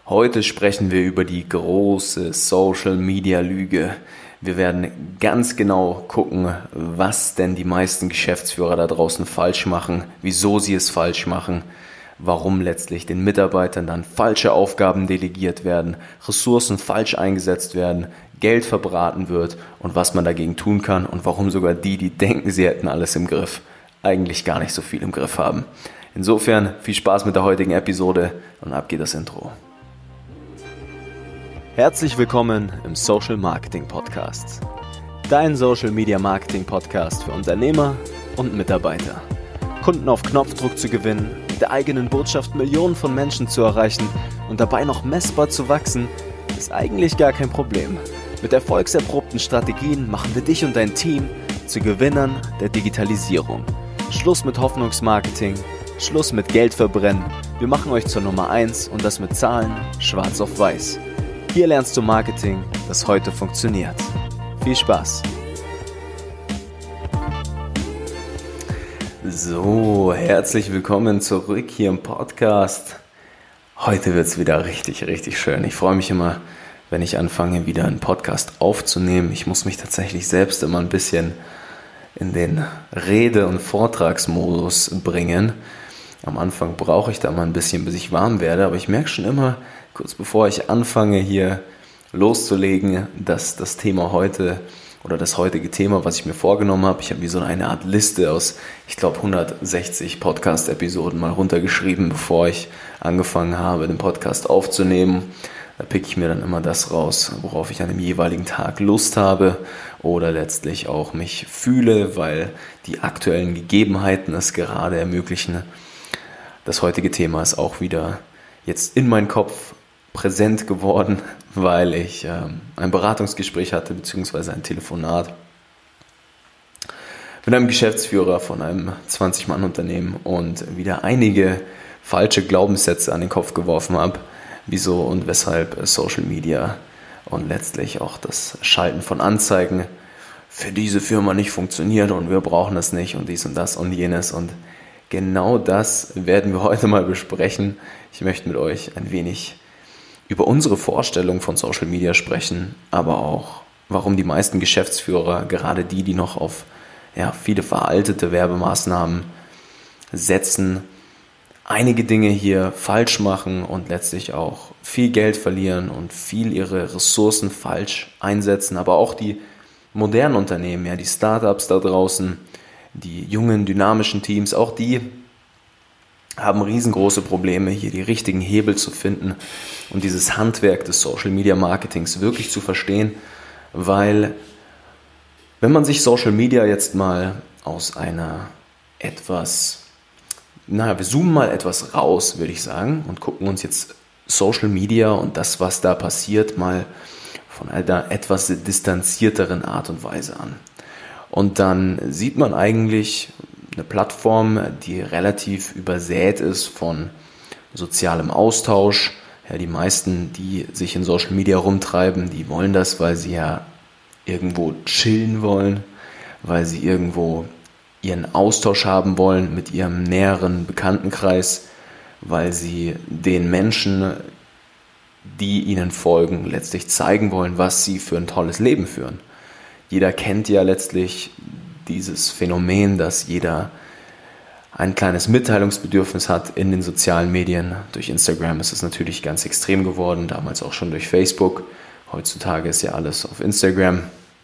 Heute sprechen wir über die große Social-Media-Lüge. Wir werden ganz genau gucken, was denn die meisten Geschäftsführer da draußen falsch machen, wieso sie es falsch machen, warum letztlich den Mitarbeitern dann falsche Aufgaben delegiert werden, Ressourcen falsch eingesetzt werden, Geld verbraten wird und was man dagegen tun kann und warum sogar die denken, sie hätten alles im Griff, eigentlich gar nicht so viel im Griff haben. Insofern viel Spaß mit der heutigen Episode und ab geht das Intro. Herzlich willkommen im Social Marketing Podcast. Dein Social Media Marketing Podcast für Unternehmer und Mitarbeiter. Kunden auf Knopfdruck zu gewinnen, mit der eigenen Botschaft Millionen von Menschen zu erreichen und dabei noch messbar zu wachsen, ist eigentlich gar kein Problem. Mit erfolgserprobten Strategien machen wir dich und dein Team zu Gewinnern der Digitalisierung. Schluss mit Hoffnungsmarketing, Schluss mit Geld verbrennen. Wir machen euch zur Nummer 1 und das mit Zahlen schwarz auf weiß. Hier lernst du Marketing, das heute funktioniert. Viel Spaß! So, herzlich willkommen zurück hier im Podcast. Heute wird es wieder richtig schön. Ich freue mich immer, wenn ich anfange, wieder einen Podcast aufzunehmen. Ich muss mich tatsächlich selbst immer ein bisschen in den Rede- und Vortragsmodus bringen. Am Anfang brauche ich da mal ein bisschen, bis ich warm werde, aber ich merke schon immer, kurz bevor ich anfange, hier loszulegen, dass das Thema heute oder das heutige Thema, was ich mir vorgenommen habe, ich habe wie so eine Art Liste aus, ich glaube, 160 Podcast-Episoden mal runtergeschrieben, bevor ich angefangen habe, den Podcast aufzunehmen. Da picke ich mir dann immer das raus, worauf ich an dem jeweiligen Tag Lust habe oder letztlich auch mich fühle, weil die aktuellen Gegebenheiten es gerade ermöglichen. Das heutige Thema ist auch wieder jetzt in meinen Kopf präsent geworden, weil ich ein Beratungsgespräch hatte, beziehungsweise ein Telefonat mit einem Geschäftsführer von einem 20-Mann-Unternehmen und wieder einige falsche Glaubenssätze an den Kopf geworfen habe, wieso und weshalb Social Media und letztlich auch das Schalten von Anzeigen für diese Firma nicht funktioniert und wir brauchen das nicht und dies und das und jenes, und genau das werden wir heute mal besprechen. Ich möchte mit euch ein wenig über unsere Vorstellung von Social Media sprechen, aber auch, warum die meisten Geschäftsführer, gerade die noch auf viele veraltete Werbemaßnahmen setzen, einige Dinge hier falsch machen und letztlich auch viel Geld verlieren und viel ihre Ressourcen falsch einsetzen, aber auch die modernen Unternehmen, die Startups da draußen, die jungen, dynamischen Teams, auch die haben riesengroße Probleme, hier die richtigen Hebel zu finden und dieses Handwerk des Social Media Marketings wirklich zu verstehen, weil wenn man sich Social Media jetzt mal aus einer wir zoomen mal etwas raus, würde ich sagen, und gucken uns jetzt Social Media und das, was da passiert, mal von einer etwas distanzierteren Art und Weise an. Und dann sieht man eigentlich eine Plattform, die relativ übersät ist von sozialem Austausch. Die meisten, die sich in Social Media rumtreiben, die wollen das, weil sie ja irgendwo chillen wollen, weil sie irgendwo ihren Austausch haben wollen mit ihrem näheren Bekanntenkreis, weil sie den Menschen, die ihnen folgen, letztlich zeigen wollen, was sie für ein tolles Leben führen. Jeder kennt ja letztlich dieses Phänomen, dass jeder ein kleines Mitteilungsbedürfnis hat in den sozialen Medien. Durch Instagram ist es natürlich ganz extrem geworden, damals auch schon durch Facebook. Heutzutage ist ja alles auf Instagram,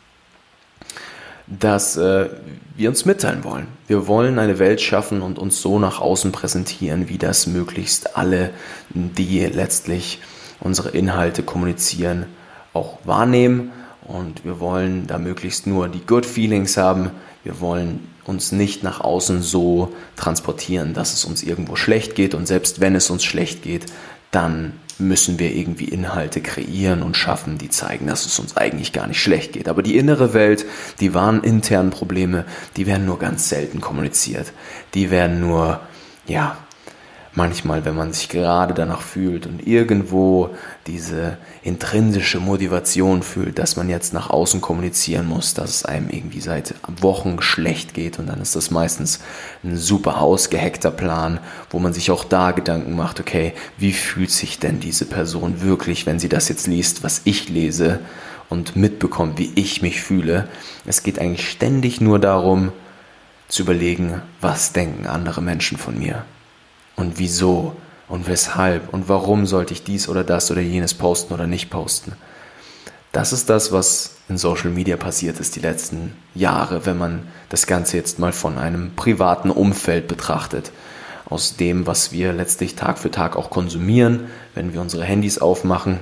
dass wir uns mitteilen wollen. Wir wollen eine Welt schaffen und uns so nach außen präsentieren, wie das möglichst alle, die letztlich unsere Inhalte kommunizieren, auch wahrnehmen. Und wir wollen da möglichst nur die Good Feelings haben. Wir wollen uns nicht nach außen so transportieren, dass es uns irgendwo schlecht geht. Und selbst wenn es uns schlecht geht, dann müssen wir irgendwie Inhalte kreieren und schaffen, die zeigen, dass es uns eigentlich gar nicht schlecht geht. Aber die innere Welt, die wahren internen Probleme, die werden nur ganz selten kommuniziert. Die werden nur, manchmal, wenn man sich gerade danach fühlt und irgendwo diese intrinsische Motivation fühlt, dass man jetzt nach außen kommunizieren muss, dass es einem irgendwie seit Wochen schlecht geht, und dann ist das meistens ein super ausgehackter Plan, wo man sich auch da Gedanken macht, okay, wie fühlt sich denn diese Person wirklich, wenn sie das jetzt liest, was ich lese, und mitbekommt, wie ich mich fühle. Es geht eigentlich ständig nur darum, zu überlegen, was denken andere Menschen von mir und wieso und weshalb und warum sollte ich dies oder das oder jenes posten oder nicht posten. Das ist das, was in Social Media passiert ist die letzten Jahre, wenn man das Ganze jetzt mal von einem privaten Umfeld betrachtet. Aus dem, was wir letztlich Tag für Tag auch konsumieren, wenn wir unsere Handys aufmachen.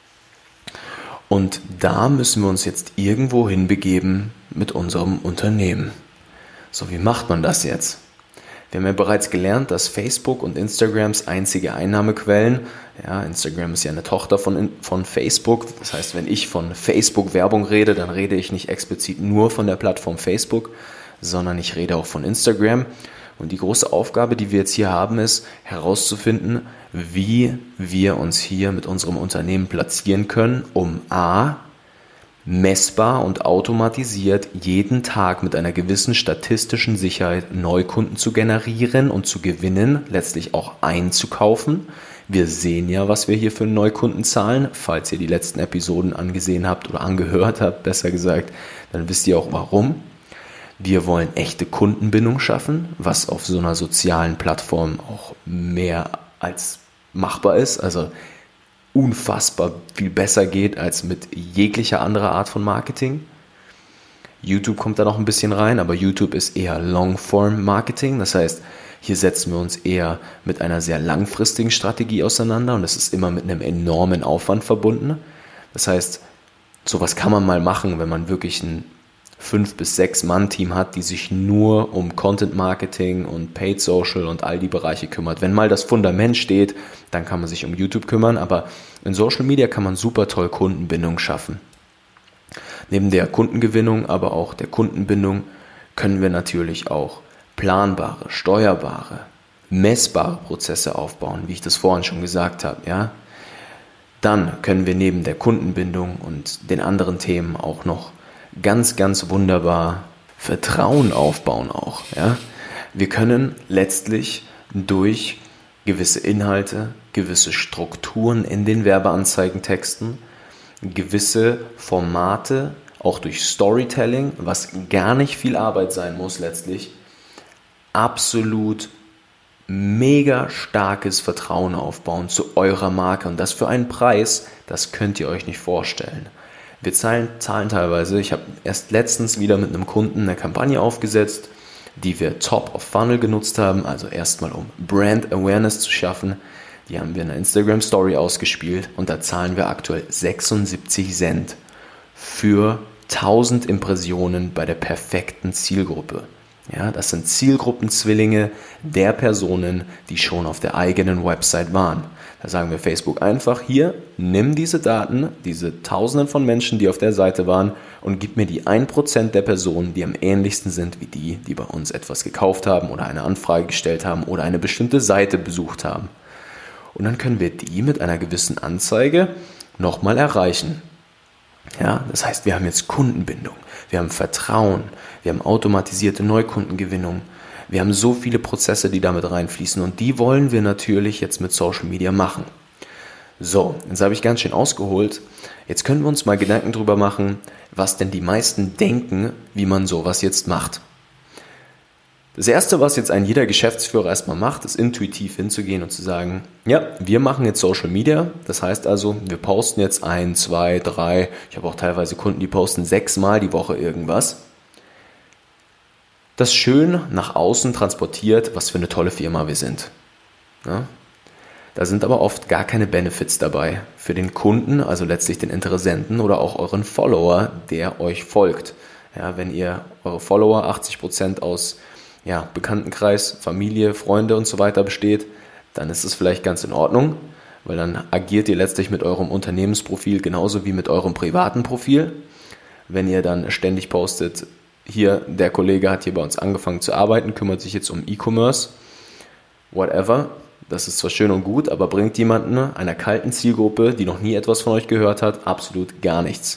Und da müssen wir uns jetzt irgendwo hinbegeben mit unserem Unternehmen. So, wie macht man das jetzt? Wir haben ja bereits gelernt, dass Facebook und Instagrams einzige Einnahmequellen, ja, Instagram ist ja eine Tochter von Facebook, das heißt, wenn ich von Facebook-Werbung rede, dann rede ich nicht explizit nur von der Plattform Facebook, sondern ich rede auch von Instagram. Und die große Aufgabe, die wir jetzt hier haben, ist herauszufinden, wie wir uns hier mit unserem Unternehmen platzieren können, um a. messbar und automatisiert jeden Tag mit einer gewissen statistischen Sicherheit Neukunden zu generieren und zu gewinnen, letztlich auch einzukaufen. Wir sehen ja, was wir hier für Neukunden zahlen. Falls ihr die letzten Episoden angesehen habt oder angehört habt, besser gesagt, dann wisst ihr auch warum. Wir wollen echte Kundenbindung schaffen, was auf so einer sozialen Plattform auch mehr als machbar ist, also unfassbar viel besser geht als mit jeglicher anderer Art von Marketing. YouTube kommt da noch ein bisschen rein, aber YouTube ist eher Long-Form-Marketing, das heißt, hier setzen wir uns eher mit einer sehr langfristigen Strategie auseinander und das ist immer mit einem enormen Aufwand verbunden. Das heißt, sowas kann man mal machen, wenn man wirklich ein 5 bis 6 Mann-Team hat, die sich nur um Content Marketing und Paid Social und all die Bereiche kümmert. Wenn mal das Fundament steht, dann kann man sich um YouTube kümmern, aber in Social Media kann man super toll Kundenbindung schaffen. Neben der Kundengewinnung, aber auch der Kundenbindung können wir natürlich auch planbare, steuerbare, messbare Prozesse aufbauen, wie ich das vorhin schon gesagt habe, ja. Dann können wir neben der Kundenbindung und den anderen Themen auch noch ganz, ganz wunderbar Vertrauen aufbauen auch. Ja? Wir können letztlich durch gewisse Inhalte, gewisse Strukturen in den Werbeanzeigentexten, gewisse Formate, auch durch Storytelling, was gar nicht viel Arbeit sein muss letztlich, absolut mega starkes Vertrauen aufbauen zu eurer Marke und das für einen Preis, das könnt ihr euch nicht vorstellen. Wir zahlen teilweise, ich habe erst letztens wieder mit einem Kunden eine Kampagne aufgesetzt, die wir Top of Funnel genutzt haben, also erstmal um Brand Awareness zu schaffen. Die haben wir in einer Instagram Story ausgespielt und da zahlen wir aktuell 76 Cent für 1000 Impressionen bei der perfekten Zielgruppe. Ja, das sind Zielgruppenzwillinge der Personen, die schon auf der eigenen Website waren. Da sagen wir Facebook einfach, hier, nimm diese Daten, diese Tausenden von Menschen, die auf der Seite waren und gib mir die 1% der Personen, die am ähnlichsten sind wie die, die bei uns etwas gekauft haben oder eine Anfrage gestellt haben oder eine bestimmte Seite besucht haben. Und dann können wir die mit einer gewissen Anzeige nochmal erreichen. Ja, das heißt, wir haben jetzt Kundenbindung, wir haben Vertrauen, wir haben automatisierte Neukundengewinnung, wir haben so viele Prozesse, die damit reinfließen und die wollen wir natürlich jetzt mit Social Media machen. So, jetzt habe ich ganz schön ausgeholt. Jetzt können wir uns mal Gedanken drüber machen, was denn die meisten denken, wie man sowas jetzt macht. Das Erste, was jetzt ein jeder Geschäftsführer erstmal macht, ist intuitiv hinzugehen und zu sagen, ja, wir machen jetzt Social Media. Das heißt also, wir posten jetzt 1, 2, 3, ich habe auch teilweise Kunden, die posten 6 Mal die Woche irgendwas. Das schön nach außen transportiert, was für eine tolle Firma wir sind. Ja? Da sind aber oft gar keine Benefits dabei für den Kunden, also letztlich den Interessenten oder auch euren Follower, der euch folgt. Ja, wenn ihr eure Follower 80% aus Bekanntenkreis, Familie, Freunde und so weiter besteht, dann ist es vielleicht ganz in Ordnung, weil dann agiert ihr letztlich mit eurem Unternehmensprofil genauso wie mit eurem privaten Profil. Wenn ihr dann ständig postet, hier, der Kollege hat hier bei uns angefangen zu arbeiten, kümmert sich jetzt um E-Commerce, whatever, Das ist zwar schön und gut, aber bringt jemanden einer kalten Zielgruppe, die noch nie etwas von euch gehört hat, absolut gar nichts.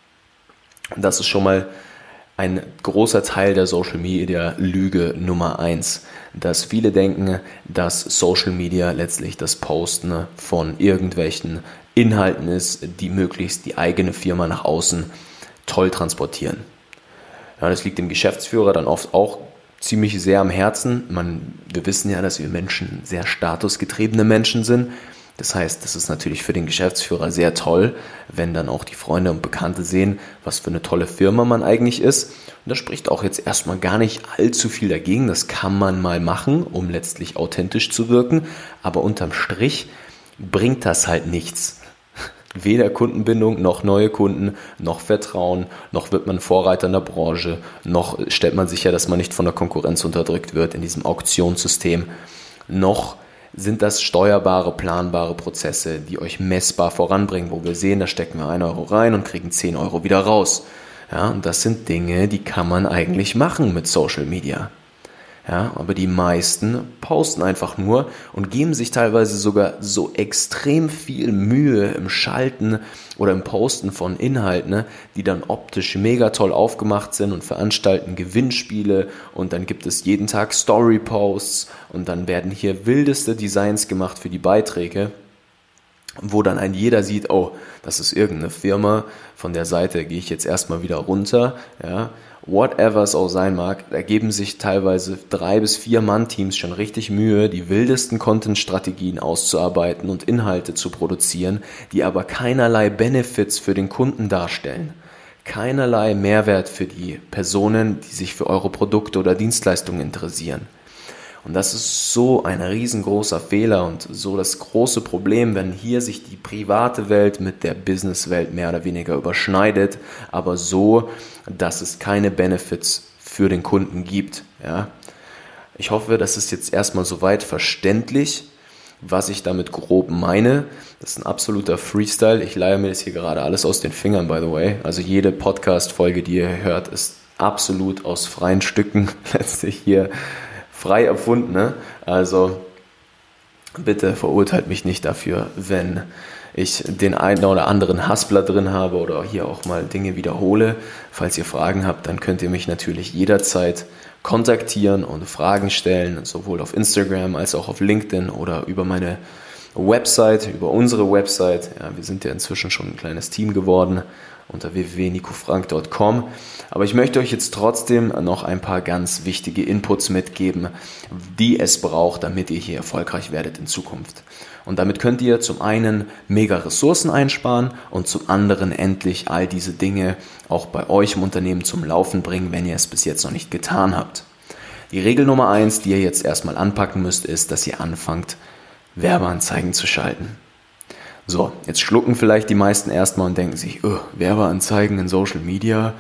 Und das ist schon mal ein großer Teil der Social Media Lüge Nummer 1, dass viele denken, dass Social Media letztlich das Posten von irgendwelchen Inhalten ist, die möglichst die eigene Firma nach außen toll transportieren. Ja, das liegt dem Geschäftsführer dann oft auch ziemlich sehr am Herzen. Wir wissen ja, dass wir Menschen sehr statusgetriebene Menschen sind. Das heißt, das ist natürlich für den Geschäftsführer sehr toll, wenn dann auch die Freunde und Bekannte sehen, was für eine tolle Firma man eigentlich ist. Und da spricht auch jetzt erstmal gar nicht allzu viel dagegen. Das kann man mal machen, um letztlich authentisch zu wirken. Aber unterm Strich bringt das halt nichts. Weder Kundenbindung, noch neue Kunden, noch Vertrauen, noch wird man Vorreiter in der Branche, noch stellt man sicher, dass man nicht von der Konkurrenz unterdrückt wird in diesem Auktionssystem, noch sind das steuerbare, planbare Prozesse, die euch messbar voranbringen, wo wir sehen, da stecken wir 1 Euro rein und kriegen 10 Euro wieder raus. Ja, und das sind Dinge, die kann man eigentlich machen mit Social Media. Ja, aber die meisten posten einfach nur und geben sich teilweise sogar so extrem viel Mühe im Schalten oder im Posten von Inhalten, die dann optisch mega toll aufgemacht sind und veranstalten Gewinnspiele und dann gibt es jeden Tag Story-Posts und dann werden hier wildeste Designs gemacht für die Beiträge, wo dann ein jeder sieht, oh, das ist irgendeine Firma, von der Seite gehe ich jetzt erstmal wieder runter, ja, whatever es auch sein mag, da geben sich teilweise 3 bis 4 Mann-Teams schon richtig Mühe, die wildesten Content-Strategien auszuarbeiten und Inhalte zu produzieren, die aber keinerlei Benefits für den Kunden darstellen. Keinerlei Mehrwert für die Personen, die sich für eure Produkte oder Dienstleistungen interessieren. Und das ist so ein riesengroßer Fehler und so das große Problem, wenn hier sich die private Welt mit der Businesswelt mehr oder weniger überschneidet, aber so, dass es keine Benefits für den Kunden gibt. Ja? Ich hoffe, das ist jetzt erstmal soweit verständlich, was ich damit grob meine. Das ist ein absoluter Freestyle. Ich leihe mir das hier gerade alles aus den Fingern, by the way. Also jede Podcast-Folge, die ihr hört, ist absolut aus freien Stücken letztlich hier frei erfunden, ne? Also bitte verurteilt mich nicht dafür, wenn ich den einen oder anderen Haspler drin habe oder hier auch mal Dinge wiederhole. Falls ihr Fragen habt, dann könnt ihr mich natürlich jederzeit kontaktieren und Fragen stellen, sowohl auf Instagram als auch auf LinkedIn oder über meine Website, über unsere Website. Ja, wir sind ja inzwischen schon ein kleines Team geworden unter www.nicofrank.com. Aber ich möchte euch jetzt trotzdem noch ein paar ganz wichtige Inputs mitgeben, die es braucht, damit ihr hier erfolgreich werdet in Zukunft. Und damit könnt ihr zum einen mega Ressourcen einsparen und zum anderen endlich all diese Dinge auch bei euch im Unternehmen zum Laufen bringen, wenn ihr es bis jetzt noch nicht getan habt. Die Regel Nummer 1, die ihr jetzt erstmal anpacken müsst, ist, dass ihr anfangt, Werbeanzeigen zu schalten. So, jetzt schlucken vielleicht die meisten erstmal und denken sich, Werbeanzeigen in Social Media,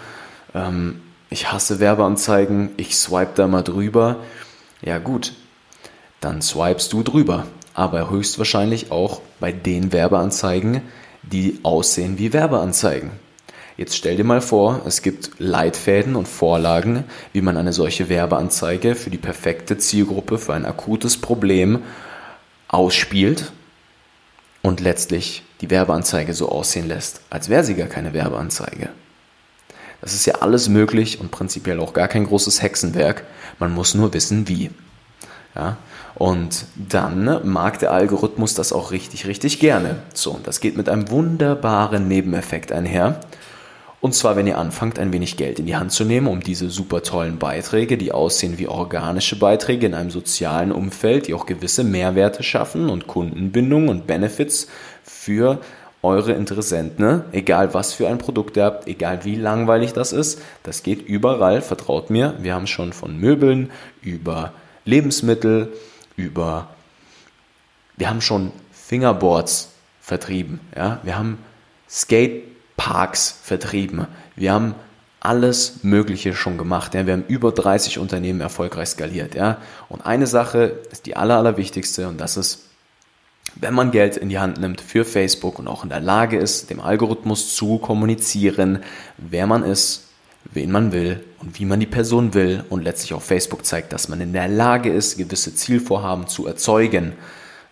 ich hasse Werbeanzeigen, ich swipe da mal drüber. Ja gut, dann swipest du drüber, aber höchstwahrscheinlich auch bei den Werbeanzeigen, die aussehen wie Werbeanzeigen. Jetzt stell dir mal vor, es gibt Leitfäden und Vorlagen, wie man eine solche Werbeanzeige für die perfekte Zielgruppe, für ein akutes Problem ausspielt und letztlich die Werbeanzeige so aussehen lässt, als wäre sie gar keine Werbeanzeige. Das ist ja alles möglich und prinzipiell auch gar kein großes Hexenwerk. Man muss nur wissen, wie. Ja? Und dann mag der Algorithmus das auch richtig, richtig gerne. So, und das geht mit einem wunderbaren Nebeneffekt einher. Und zwar, wenn ihr anfangt, ein wenig Geld in die Hand zu nehmen, um diese super tollen Beiträge, die aussehen wie organische Beiträge in einem sozialen Umfeld, die auch gewisse Mehrwerte schaffen und Kundenbindung und Benefits für eure Interessenten, ne? Egal was für ein Produkt ihr habt, egal wie langweilig das ist, das geht überall, vertraut mir. Wir haben schon von Möbeln über Lebensmittel, wir haben schon Fingerboards vertrieben, ja? Wir haben Skateparks vertrieben, wir haben alles Mögliche schon gemacht. Ja? Wir haben über 30 Unternehmen erfolgreich skaliert. Ja? Und eine Sache ist die allerwichtigste und das ist, wenn man Geld in die Hand nimmt für Facebook und auch in der Lage ist, dem Algorithmus zu kommunizieren, wer man ist, wen man will und wie man die Person will und letztlich auf Facebook zeigt, dass man in der Lage ist, gewisse Zielvorhaben zu erzeugen,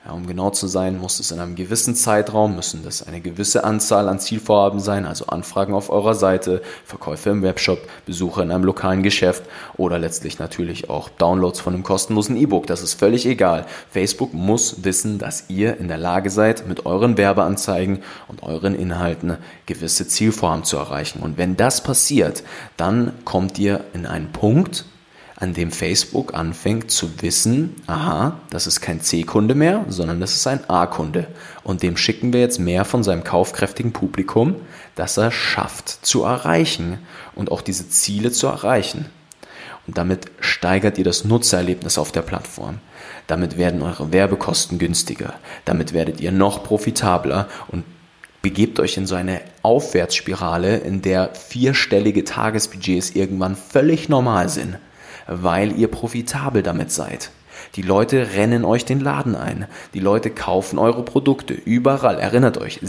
Ja, um genau zu sein, muss es in einem gewissen Zeitraum, müssen das eine gewisse Anzahl an Zielvorhaben sein, also Anfragen auf eurer Seite, Verkäufe im Webshop, Besuche in einem lokalen Geschäft oder letztlich natürlich auch Downloads von einem kostenlosen E-Book. Das ist völlig egal. Facebook muss wissen, dass ihr in der Lage seid, mit euren Werbeanzeigen und euren Inhalten gewisse Zielvorhaben zu erreichen. Und wenn das passiert, dann kommt ihr in einen Punkt, an dem Facebook anfängt zu wissen, aha, das ist kein C-Kunde mehr, sondern das ist ein A-Kunde. Und dem schicken wir jetzt mehr von seinem kaufkräftigen Publikum, das er schafft zu erreichen und auch diese Ziele zu erreichen. Und damit steigert ihr das Nutzererlebnis auf der Plattform. Damit werden eure Werbekosten günstiger. Damit werdet ihr noch profitabler und begebt euch in so eine Aufwärtsspirale, in der 4-stellige Tagesbudgets irgendwann völlig normal sind, weil ihr profitabel damit seid. Die Leute rennen euch den Laden ein. Die Leute kaufen eure Produkte. Überall, erinnert euch,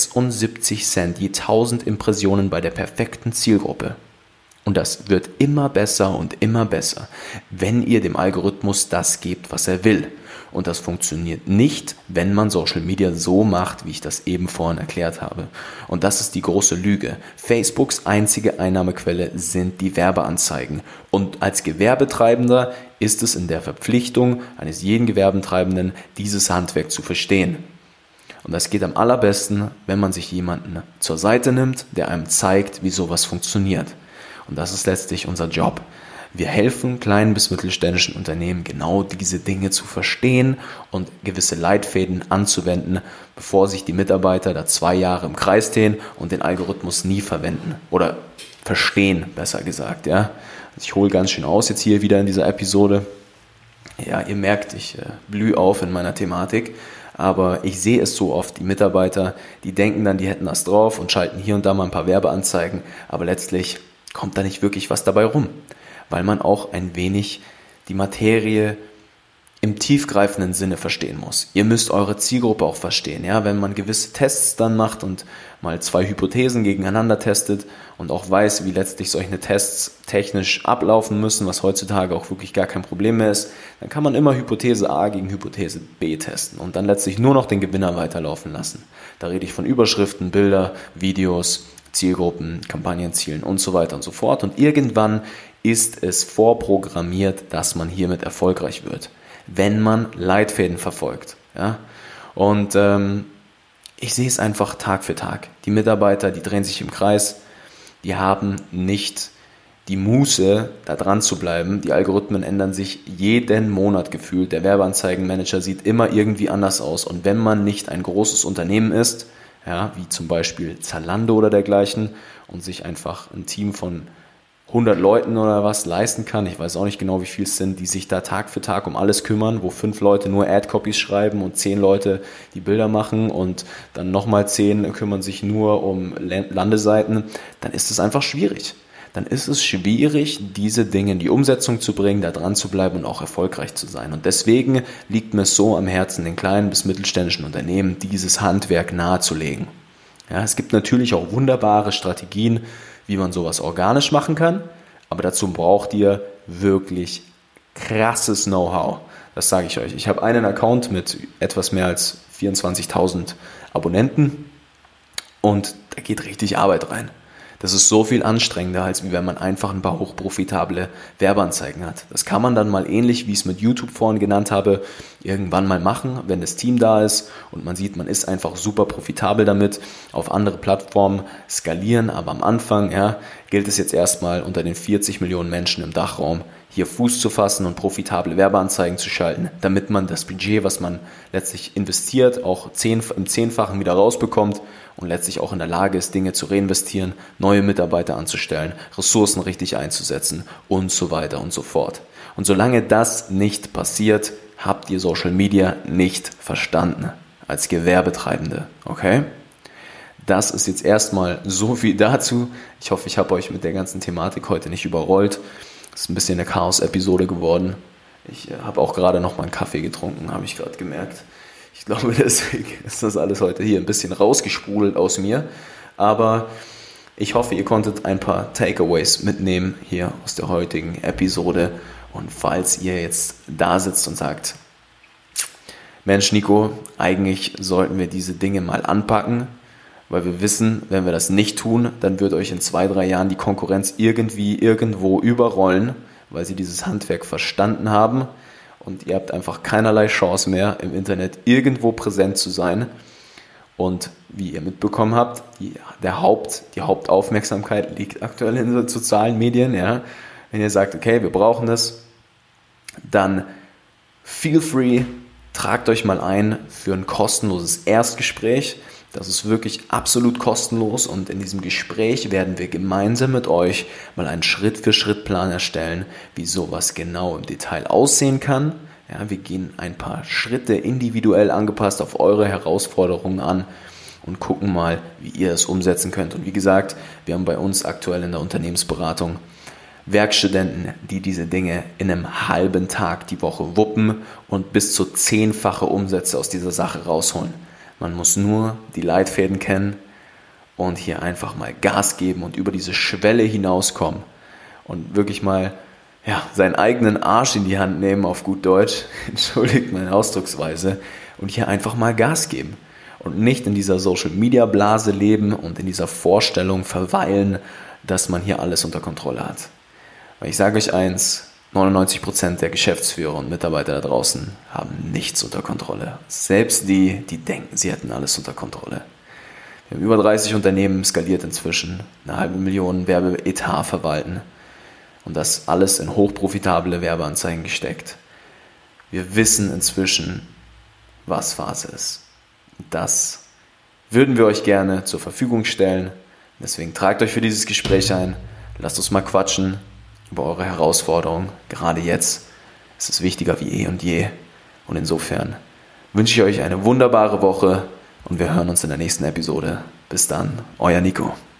76 Cent je 1000 Impressionen bei der perfekten Zielgruppe. Und das wird immer besser und immer besser, wenn ihr dem Algorithmus das gebt, was er will. Und das funktioniert nicht, wenn man Social Media so macht, wie ich das eben vorhin erklärt habe. Und das ist die große Lüge. Facebooks einzige Einnahmequelle sind die Werbeanzeigen. Und als Gewerbetreibender ist es in der Verpflichtung eines jeden Gewerbetreibenden, dieses Handwerk zu verstehen. Und das geht am allerbesten, wenn man sich jemanden zur Seite nimmt, der einem zeigt, wie sowas funktioniert. Und das ist letztlich unser Job. Wir helfen kleinen bis mittelständischen Unternehmen, genau diese Dinge zu verstehen und gewisse Leitfäden anzuwenden, bevor sich die Mitarbeiter da 2 Jahre im Kreis drehen und den Algorithmus nie verwenden oder verstehen, besser gesagt. Ja? Also ich hole ganz schön aus jetzt hier wieder in dieser Episode. Ja, ihr merkt, ich blühe auf in meiner Thematik. Aber ich sehe es so oft, die Mitarbeiter, die denken dann, die hätten das drauf und schalten hier und da mal ein paar Werbeanzeigen, aber letztlich kommt da nicht wirklich was dabei rum, weil man auch ein wenig die Materie im tiefgreifenden Sinne verstehen muss. Ihr müsst eure Zielgruppe auch verstehen. Ja? Wenn man gewisse Tests dann macht und mal 2 Hypothesen gegeneinander testet und auch weiß, wie letztlich solche Tests technisch ablaufen müssen, was heutzutage auch wirklich gar kein Problem mehr ist, dann kann man immer Hypothese A gegen Hypothese B testen und dann letztlich nur noch den Gewinner weiterlaufen lassen. Da rede ich von Überschriften, Bilder, Videos, Zielgruppen, Kampagnenzielen und so weiter und so fort. Und irgendwann ist es vorprogrammiert, dass man hiermit erfolgreich wird, wenn man Leitfäden verfolgt. Ja? Und ich sehe es einfach Tag für Tag. Die Mitarbeiter, die drehen sich im Kreis, die haben nicht die Muße, da dran zu bleiben. Die Algorithmen ändern sich jeden Monat gefühlt. Der Werbeanzeigenmanager sieht immer irgendwie anders aus. Und wenn man nicht ein großes Unternehmen ist, ja, wie zum Beispiel Zalando oder dergleichen, und sich einfach ein Team von 100 Leuten oder was leisten kann, ich weiß auch nicht genau, wie viel es sind, die sich da Tag für Tag um alles kümmern, wo 5 Leute nur Ad-Copies schreiben und 10 Leute die Bilder machen und dann nochmal 10 kümmern sich nur um Landeseiten, dann ist es einfach schwierig. Dann ist es schwierig, diese Dinge in die Umsetzung zu bringen, da dran zu bleiben und auch erfolgreich zu sein. Und deswegen liegt mir es so am Herzen, den kleinen bis mittelständischen Unternehmen dieses Handwerk nahezulegen. Ja, es gibt natürlich auch wunderbare Strategien, wie man sowas organisch machen kann, aber dazu braucht ihr wirklich krasses Know-how. Das sage ich euch. Ich habe einen Account mit etwas mehr als 24.000 Abonnenten und da geht richtig Arbeit rein. Das ist so viel anstrengender, als wenn man einfach ein paar hochprofitable Werbeanzeigen hat. Das kann man dann mal ähnlich, wie ich es mit YouTube vorhin genannt habe, irgendwann mal machen, wenn das Team da ist und man sieht, man ist einfach super profitabel damit, auf andere Plattformen skalieren. Aber am Anfang gilt es jetzt erstmal unter den 40 Millionen Menschen im Dachraum hier Fuß zu fassen und profitable Werbeanzeigen zu schalten, damit man das Budget, was man letztlich investiert, auch im 10-fachen wieder rausbekommt und letztlich auch in der Lage ist, Dinge zu reinvestieren, neue Mitarbeiter anzustellen, Ressourcen richtig einzusetzen und so weiter und so fort. Und solange das nicht passiert, habt ihr Social Media nicht verstanden als Gewerbetreibende, okay? Das ist jetzt erstmal so viel dazu. Ich hoffe, ich habe euch mit der ganzen Thematik heute nicht überrollt. Das ist ein bisschen eine Chaos-Episode geworden. Ich habe auch gerade noch mal einen Kaffee getrunken, habe ich gerade gemerkt. Ich glaube, deswegen ist das alles heute hier ein bisschen rausgesprudelt aus mir. Aber ich hoffe, ihr konntet ein paar Takeaways mitnehmen hier aus der heutigen Episode. Und falls ihr jetzt da sitzt und sagt, Mensch Nico, eigentlich sollten wir diese Dinge mal anpacken, weil wir wissen, wenn wir das nicht tun, dann wird euch in 2-3 Jahren die Konkurrenz irgendwie irgendwo überrollen, weil sie dieses Handwerk verstanden haben und ihr habt einfach keinerlei Chance mehr, im Internet irgendwo präsent zu sein. Und wie ihr mitbekommen habt, die Hauptaufmerksamkeit liegt aktuell in den sozialen Medien. Ja. Wenn ihr sagt, okay, wir brauchen das, dann feel free, tragt euch mal ein für ein kostenloses Erstgespräch. Das ist wirklich absolut kostenlos und in diesem Gespräch werden wir gemeinsam mit euch mal einen Schritt-für-Schritt-Plan erstellen, wie sowas genau im Detail aussehen kann. Ja, wir gehen ein paar Schritte individuell angepasst auf eure Herausforderungen an und gucken mal, wie ihr es umsetzen könnt. Und wie gesagt, wir haben bei uns aktuell in der Unternehmensberatung Werkstudenten, die diese Dinge in einem halben Tag die Woche wuppen und bis zu 10-fache Umsätze aus dieser Sache rausholen. Man muss nur die Leitfäden kennen und hier einfach mal Gas geben und über diese Schwelle hinauskommen und wirklich mal seinen eigenen Arsch in die Hand nehmen, auf gut Deutsch, entschuldigt meine Ausdrucksweise, und hier einfach mal Gas geben und nicht in dieser Social-Media-Blase leben und in dieser Vorstellung verweilen, dass man hier alles unter Kontrolle hat. Weil ich sage euch eins, 99% der Geschäftsführer und Mitarbeiter da draußen haben nichts unter Kontrolle. Selbst die denken, sie hätten alles unter Kontrolle. Wir haben über 30 Unternehmen skaliert inzwischen, 500.000 Werbeetat verwalten und das alles in hochprofitable Werbeanzeigen gesteckt. Wir wissen inzwischen, was Phase ist. Das würden wir euch gerne zur Verfügung stellen. Deswegen tragt euch für dieses Gespräch ein. Lasst uns mal quatschen über eure Herausforderungen. Gerade jetzt ist es wichtiger wie eh und je. Und insofern wünsche ich euch eine wunderbare Woche und wir hören uns in der nächsten Episode. Bis dann, euer Nico.